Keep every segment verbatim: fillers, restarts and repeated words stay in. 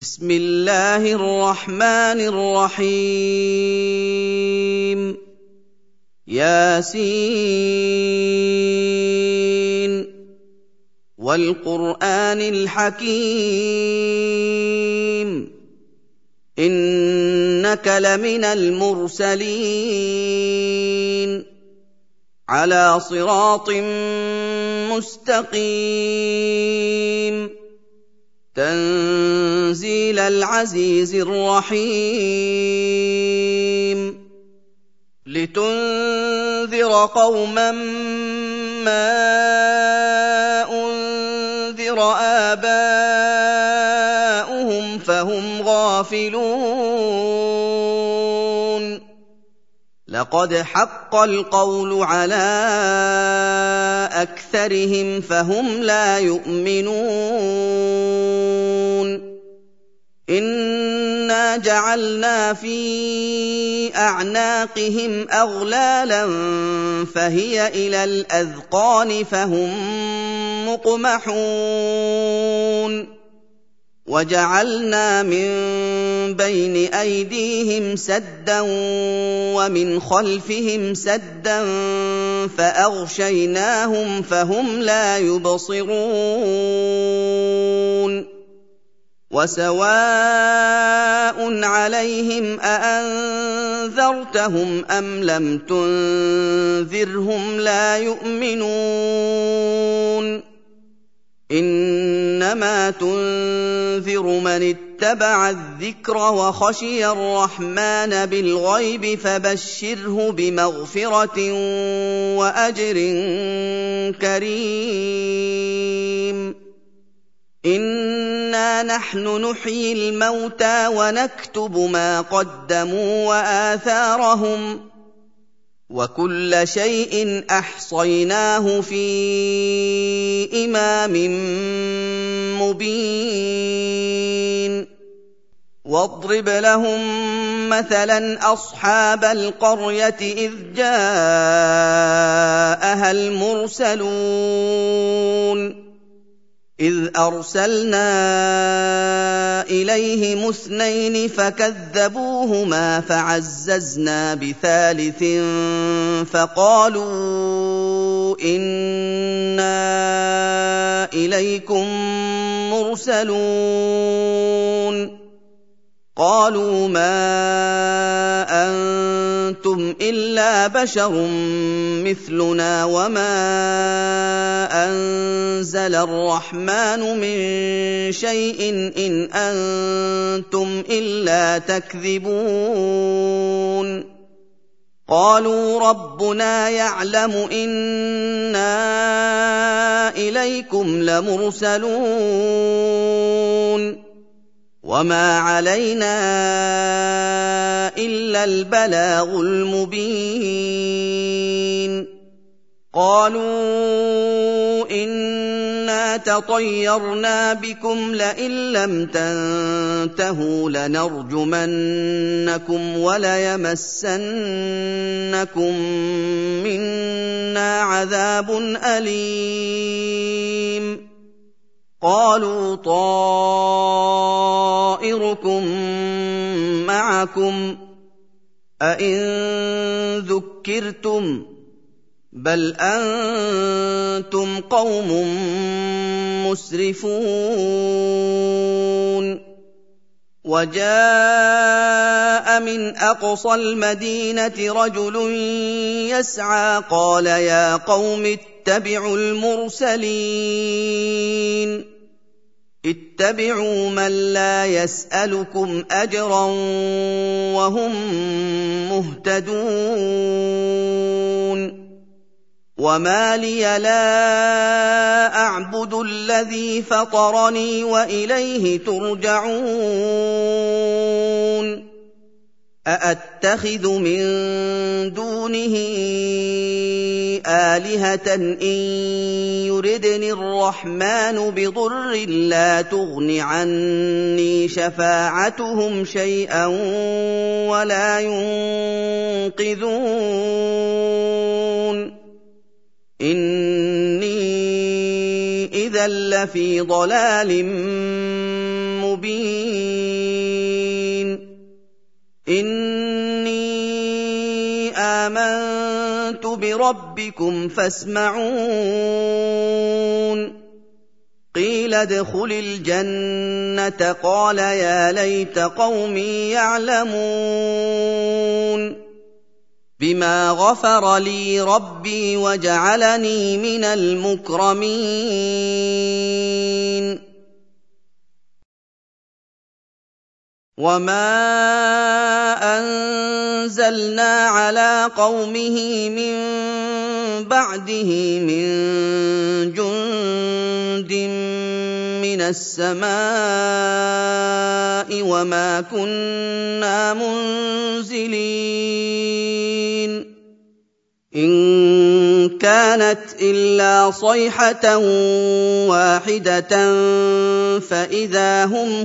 بسم الله الرحمن الرحيم ياسين والقرآن الحكيم إنك لمن المرسلين على صراط مستقيم تنزيل العزيز الرحيم لتنذر قوما ما أنذر آباؤهم فهم غافلون لقد حق القول على أكثرهم فهم لا يؤمنون إنا جعلنا في أعناقهم أغلالا فهي إلى الأذقان فهم مقمحون وجعلنا من بين أيديهم سدا ومن خلفهم سدا فأغشيناهم فهم لا يبصرون وسواء عليهم أأنذرتهم أم لم تنذرهم لا يؤمنون إنما تنذر من اتبع الذكر وخشي الرحمن بالغيب فبشره بمغفرة وأجر كريم إنا نحن نحيي الموتى ونكتب ما قدموا وآثارهم وكل شيء أحصيناه في إمام مبين واضرب لهم مثلا أصحاب القرية إذ جاءها المرسلون إذ أرسلنا إليهم اثنين فكذبوهما فعززنا بثالث فقالوا إنا إليكم مرسلون قالوا ما أنتم إلا بشر مثلنا وما أنزل الرحمن من شيء إن أنتم إلا تكذبون قالوا ربنا يعلم إنا إليكم لمرسلون وما علينا إلا البلاغ المبين قالوا إنا تطيرنا بكم لئن لم تنتهوا لنرجمنكم وليمسنكم منا عذاب أليم قالوا طائركم معكم أئن ذكرتم بل أنتم قوم مسرفون وجاء من أقصى المدينة رجل يسعى قال يا قوم اتبعوا المرسلين اتبعوا من لا يسألكم أجرا وهم مهتدون وما لي لا أعبد الذي فطرني وإليه ترجعون أأتخذ من دونه آلهة إن يردني الرحمن بضر لا تغن عني شفاعتهم شيئا ولا ينقذون إني إذا لفي ضلال مبين مبين إني آمنت بربكم فاسمعون قيل ادخل الجنة قال يا ليت قومي يعلمون بما غفر لي ربي وجعلني من المكرمين وما أنزلنا على قومه من بعده من جند من السماء وما كنا منزلين إن كانت إلا صيحة واحدة فإذا هم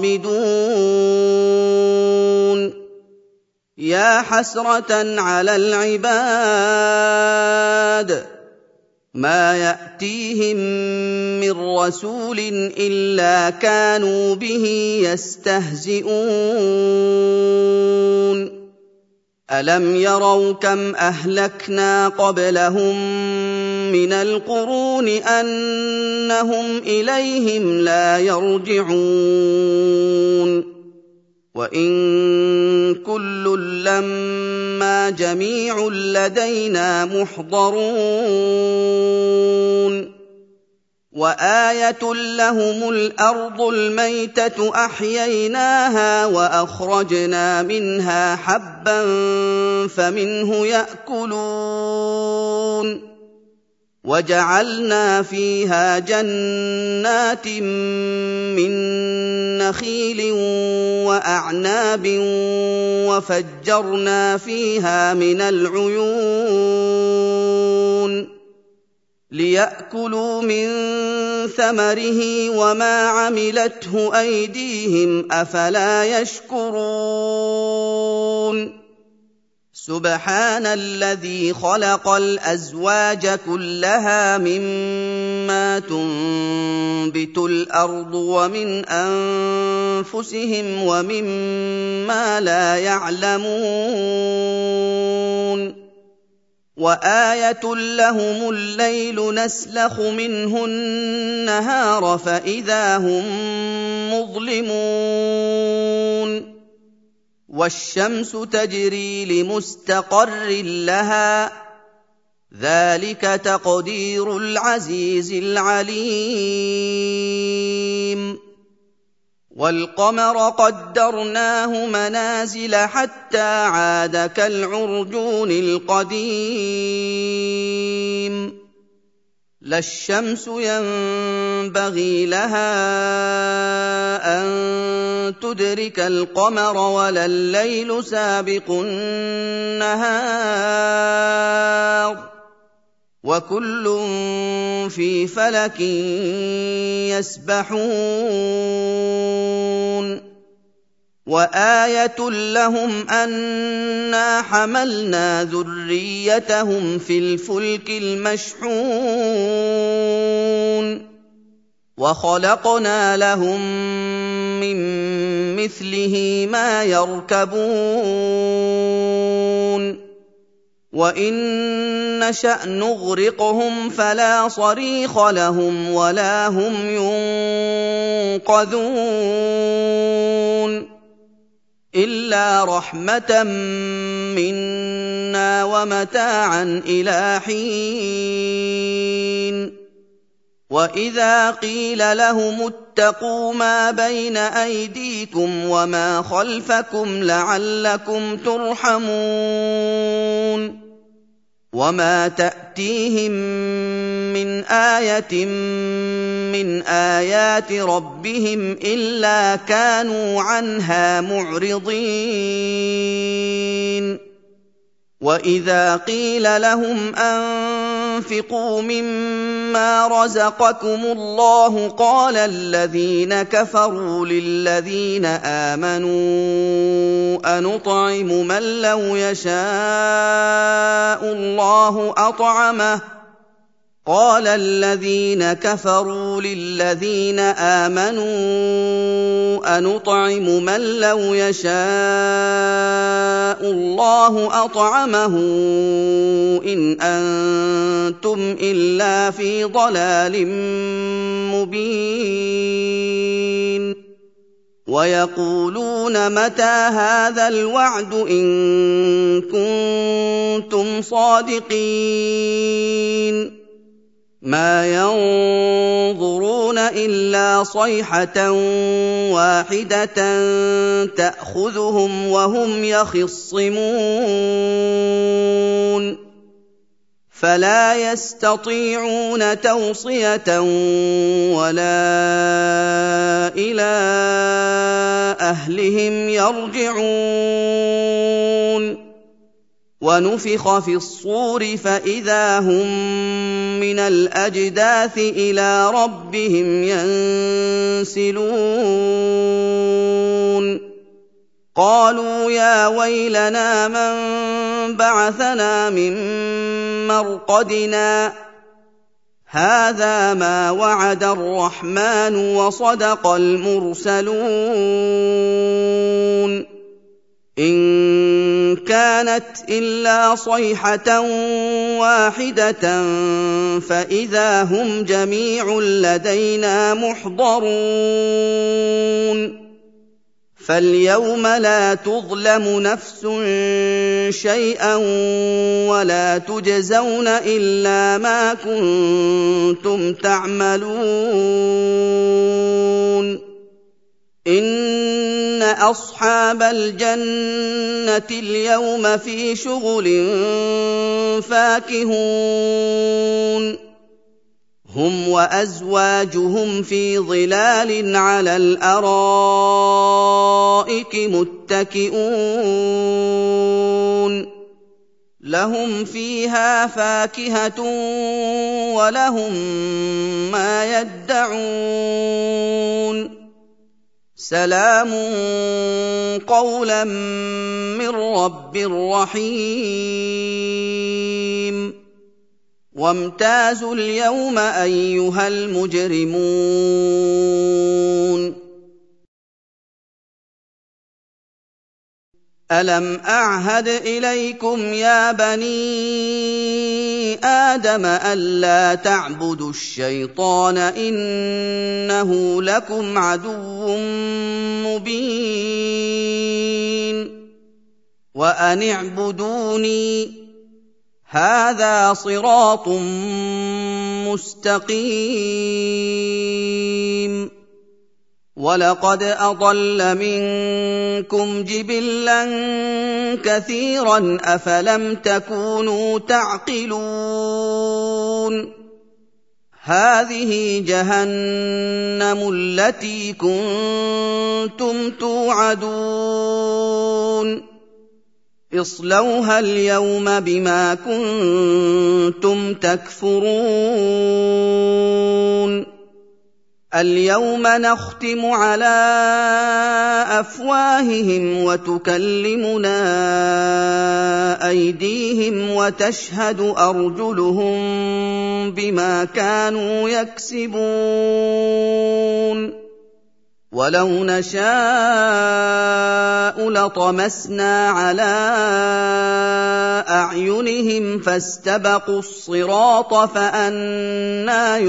خامدون يا حسرة على العباد ما يأتيهم من رسول إلا كانوا به يستهزئون ألم يروا كم أهلكنا قبلهم من القرون أنهم إليهم لا يرجعون وإن كل لما جميع لدينا محضرون وآية لهم الأرض الميتة أحييناها وأخرجنا منها حبا فمنه يأكلون وجعلنا فيها جنات من نخيل وأعناب وفجرنا فيها من العيون ليأكلوا من ثمره وما عملته أيديهم أفلا يشكرون سبحان الذي خلق الأزواج كلها مما تنبت الأرض ومن أنفسهم ومما لا يعلمون وآية لهم الليل نسلخ منه النهار فإذا هم مظلمون والشمس تجري لمستقر لها ذلك تقدير العزيز العليم والقمر قدرناه منازل حتى عاد كالعرجون القديم لا الشمس ينبغي لها أن تدرك القمر ولا الليل سابق النهار وكل في فلك يسبحون وآية لهم أنا حملنا ذريتهم في الفلك المشحون وخلقنا لهم من مثله ما يركبون وإن نشأ نغرقهم فلا صريخ لهم ولا هم ينقذون إلا رحمة منا ومتاعا إلى حين وإذا قيل لهم اتقوا ما بين أيديكم وما خلفكم لعلكم ترحمون وما تأتيهم من آية من آيات ربهم إلا كانوا عنها معرضين وإذا قيل لهم أنفقوا مما رزقكم الله قال الذين كفروا للذين آمنوا أنطعم من لو يشاء الله أطعمه قال الذين كفروا للذين آمنوا أنطعم من لو يشاء الله أطعمه إن أنتم إلا في ضلال مبين ويقولون متى هذا الوعد إن كنتم صادقين ما ينظرون إلا صيحة واحدة تأخذهم وهم يخصمون فلا يستطيعون توصية ولا إلى أهلهم يرجعون ونفخ في الصور فإذا هم من الأجداث إلى ربهم ينسلون قالوا يا ويلنا من بعثنا من مرقدنا هذا ما وعد الرحمن وصدق المرسلون إن كانت إلا صيحة واحدة فإذا هم جميع لدينا محضرون فاليوم لا تظلم نفس شيئا ولا تجزون إلا ما كنتم تعملون إن أصحاب الجنة اليوم في شغل فاكهون هم وأزواجهم في ظلال على الأرائك متكئون لهم فيها فاكهة ولهم ما يدعون سلام قولا من رب رحيم وامتازوا اليوم أيها المجرمون ألم أعهد إليكم يا بني آدم ألا تعبدوا الشيطان إنه لكم عدو مبين وأن اعبدوني هذا صراط مستقيم وَلَقَدْ أَضَلَّ مِنكُمْ جِبِلًّا كَثِيرًا ۖ أَفَلَمْ تَكُونُوا تَعْقِلُونَ هَٰذِهِ جَهَنَّمُ الَّتِي كُنتُمْ تُوعَدُونَ اصْلَوْهَا الْيَوْمَ بِمَا كُنتُمْ تَكْفُرُونَ الْيَوْمَ نَخْتِمُ عَلَىٰ أَفْوَاهِهِمْ وَتُكَلِّمُنَا أَيْدِيهِمْ وَتَشْهَدُ أَرْجُلُهُم بِمَا كَانُوا يَكْسِبُونَ وَلَوْ نَشَاءُ لَطَمَسْنَا عَلَىٰ أَعْيُنِهِمْ فَاسْتَبَقُوا الصِّرَاطَ فَأَنَّىٰ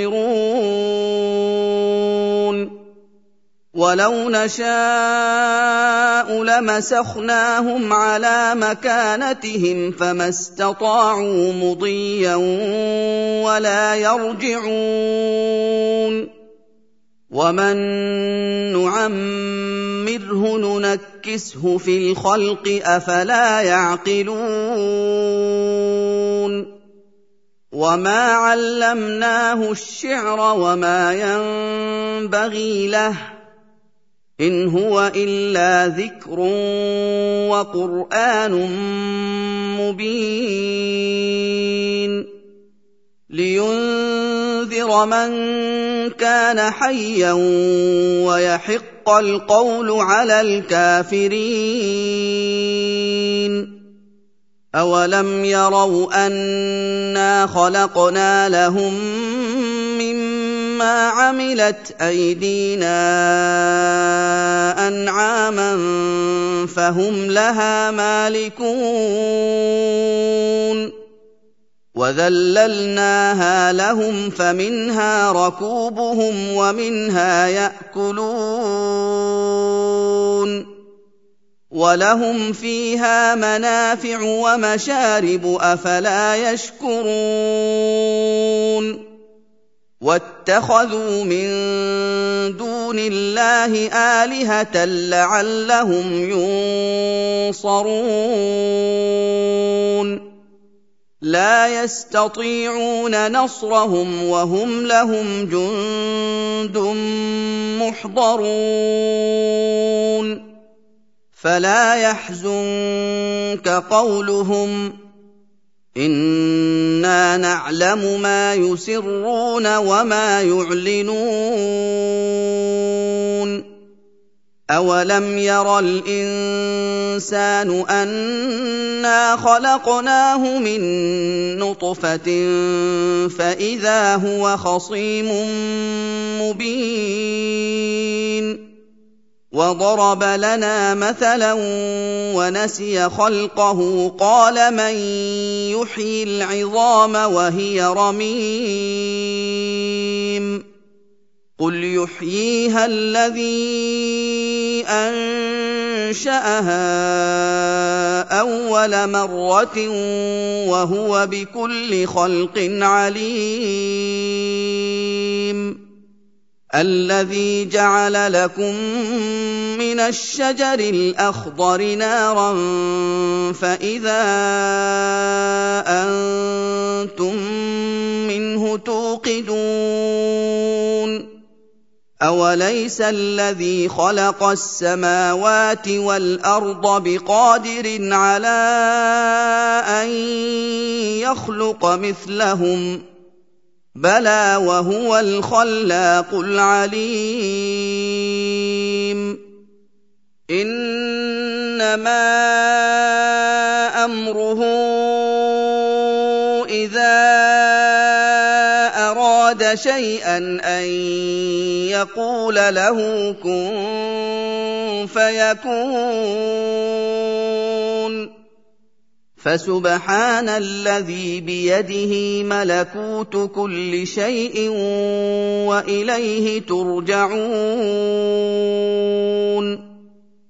يُبْصِرُونَ وَلَوْ نَشَاءُ لَمَسَخْنَاهُمْ عَلَىٰ مَكَانَتِهِمْ فَمَا اسْتَطَاعُوا مُضِيًّا وَلَا يَرْجِعُونَ وَمَن نُّعَمِّرْهُ نُنَكِّسْهُ فِي الْخَلْقِ ۖ أَفَلَا يَعْقِلُونَ وَمَا عَلَّمْنَاهُ الشِّعْرَ وَمَا يَنبَغِي لَهُ ۚ إِنْ هُوَ إِلَّا ذِكْرٌ وَقُرْآنٌ مُّبِينٌ لِيُنذِرَ مَن كَانَ حَيًّا وَيَحِقَّ الْقَوْلُ عَلَى الْكَافِرِينَ أَوَلَمْ يَرَوْا أَنَّا خَلَقْنَا لَهُم مِّمَّا عَمِلَتْ أَيْدِينَا أَنْعَامًا فَهُمْ لَهَا مَالِكُونَ وَذَلَّلْنَاهَا لَهُمْ فَمِنْهَا رَكُوبُهُمْ وَمِنْهَا يَأْكُلُونَ وَلَهُمْ فِيهَا مَنَافِعُ وَمَشَارِبُ ۖ أَفَلَا يَشْكُرُونَ وَاتَّخَذُوا مِن دُونِ اللَّهِ آلِهَةً لَّعَلَّهُمْ يُنصَرُونَ لَا يَسْتَطِيعُونَ نَصْرَهُمْ وَهُمْ لَهُمْ جُندٌ مُّحْضَرُونَ فَلَا يَحْزُنكَ قَوْلُهُمْ ۘ إِنَّا نَعْلَمُ مَا يُسِرُّونَ وَمَا يُعْلِنُونَ أَوَلَمْ يَرَ الْإِنسَانُ أَنَّا خَلَقْنَاهُ مِن نُّطْفَةٍ فَإِذَا هُوَ خَصِيمٌ مُّبِينٌ وَضَرَبَ لَنَا مَثَلًا وَنَسِيَ خَلْقَهُ قَالَ مَن يُحْيِي الْعِظَامَ وَهِيَ رَمِيمٌ قُلْ يُحْيِيهَا الَّذِي أَنشَأَهَا أَوَّلَ مَرَّةٍ وَهُوَ بِكُلِّ خَلْقٍ عَلِيمٌ الَّذِي جَعَلَ لَكُم مِّنَ الشَّجَرِ الْأَخْضَرِ نَارًا فَإِذَا أَنتُم مِّنْهُ تُوقِدُونَ أَوَلَيْسَ الَّذِي خَلَقَ السَّمَاوَاتِ وَالْأَرْضَ بِقَادِرٍ عَلَىٰ أَن يَخْلُقَ مِثْلَهُم ۚ بَلَىٰ وَهُوَ الْخَلَّاقُ الْعَلِيمُ إِنَّمَا أَمْرُهُ إِذَا أَرَادَ شَيْئًا أَن يَقُولَ لَهُ كُن فَيَكُونُ فَسُبْحَانَ الَّذِي بِيَدِهِ مَلَكُوتُ كُلِّ شَيْءٍ وَإِلَيْهِ تُرْجَعُونَ